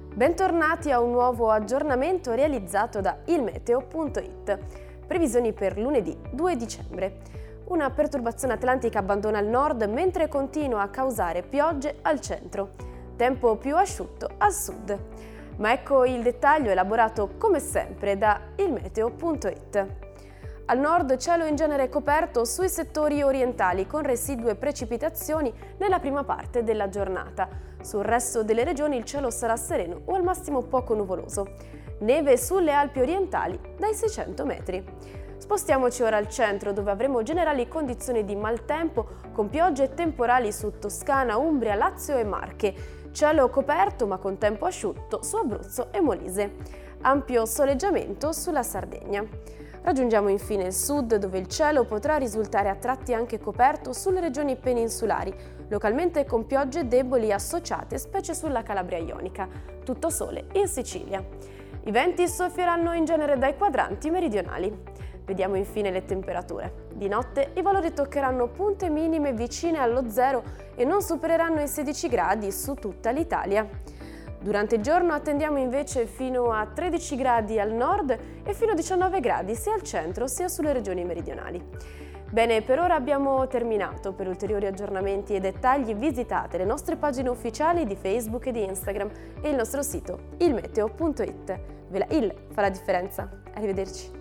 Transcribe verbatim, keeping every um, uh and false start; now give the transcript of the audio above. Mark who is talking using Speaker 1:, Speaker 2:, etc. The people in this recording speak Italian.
Speaker 1: Bentornati a un nuovo aggiornamento realizzato da ilmeteo punto it. Previsioni per lunedì due dicembre. Una perturbazione atlantica abbandona il nord mentre continua a causare piogge al centro. Tempo più asciutto al sud. Ma ecco il dettaglio elaborato come sempre da ilmeteo punto it. Al nord cielo in genere coperto sui settori orientali con residue precipitazioni nella prima parte della giornata. Sul resto delle regioni il cielo sarà sereno o al massimo poco nuvoloso. Neve sulle Alpi orientali dai seicento metri. Spostiamoci ora al centro dove avremo generali condizioni di maltempo con piogge e temporali su Toscana, Umbria, Lazio e Marche. Cielo coperto ma con tempo asciutto su Abruzzo e Molise. Ampio soleggiamento sulla Sardegna. Raggiungiamo infine il sud dove il cielo potrà risultare a tratti anche coperto sulle regioni peninsulari, localmente con piogge deboli associate specie sulla Calabria ionica. Tutto sole in Sicilia. I venti soffieranno in genere dai quadranti meridionali. Vediamo infine le temperature. Di notte i valori toccheranno punte minime vicine allo zero e non supereranno i sedici gradi su tutta l'Italia. Durante il giorno attendiamo invece fino a tredici gradi al nord e fino a diciannove gradi sia al centro sia sulle regioni meridionali. Bene, per ora abbiamo terminato. Per ulteriori aggiornamenti e dettagli visitate le nostre pagine ufficiali di Facebook e di Instagram e il nostro sito ilmeteo punto it. Ve la il fa la differenza. Arrivederci.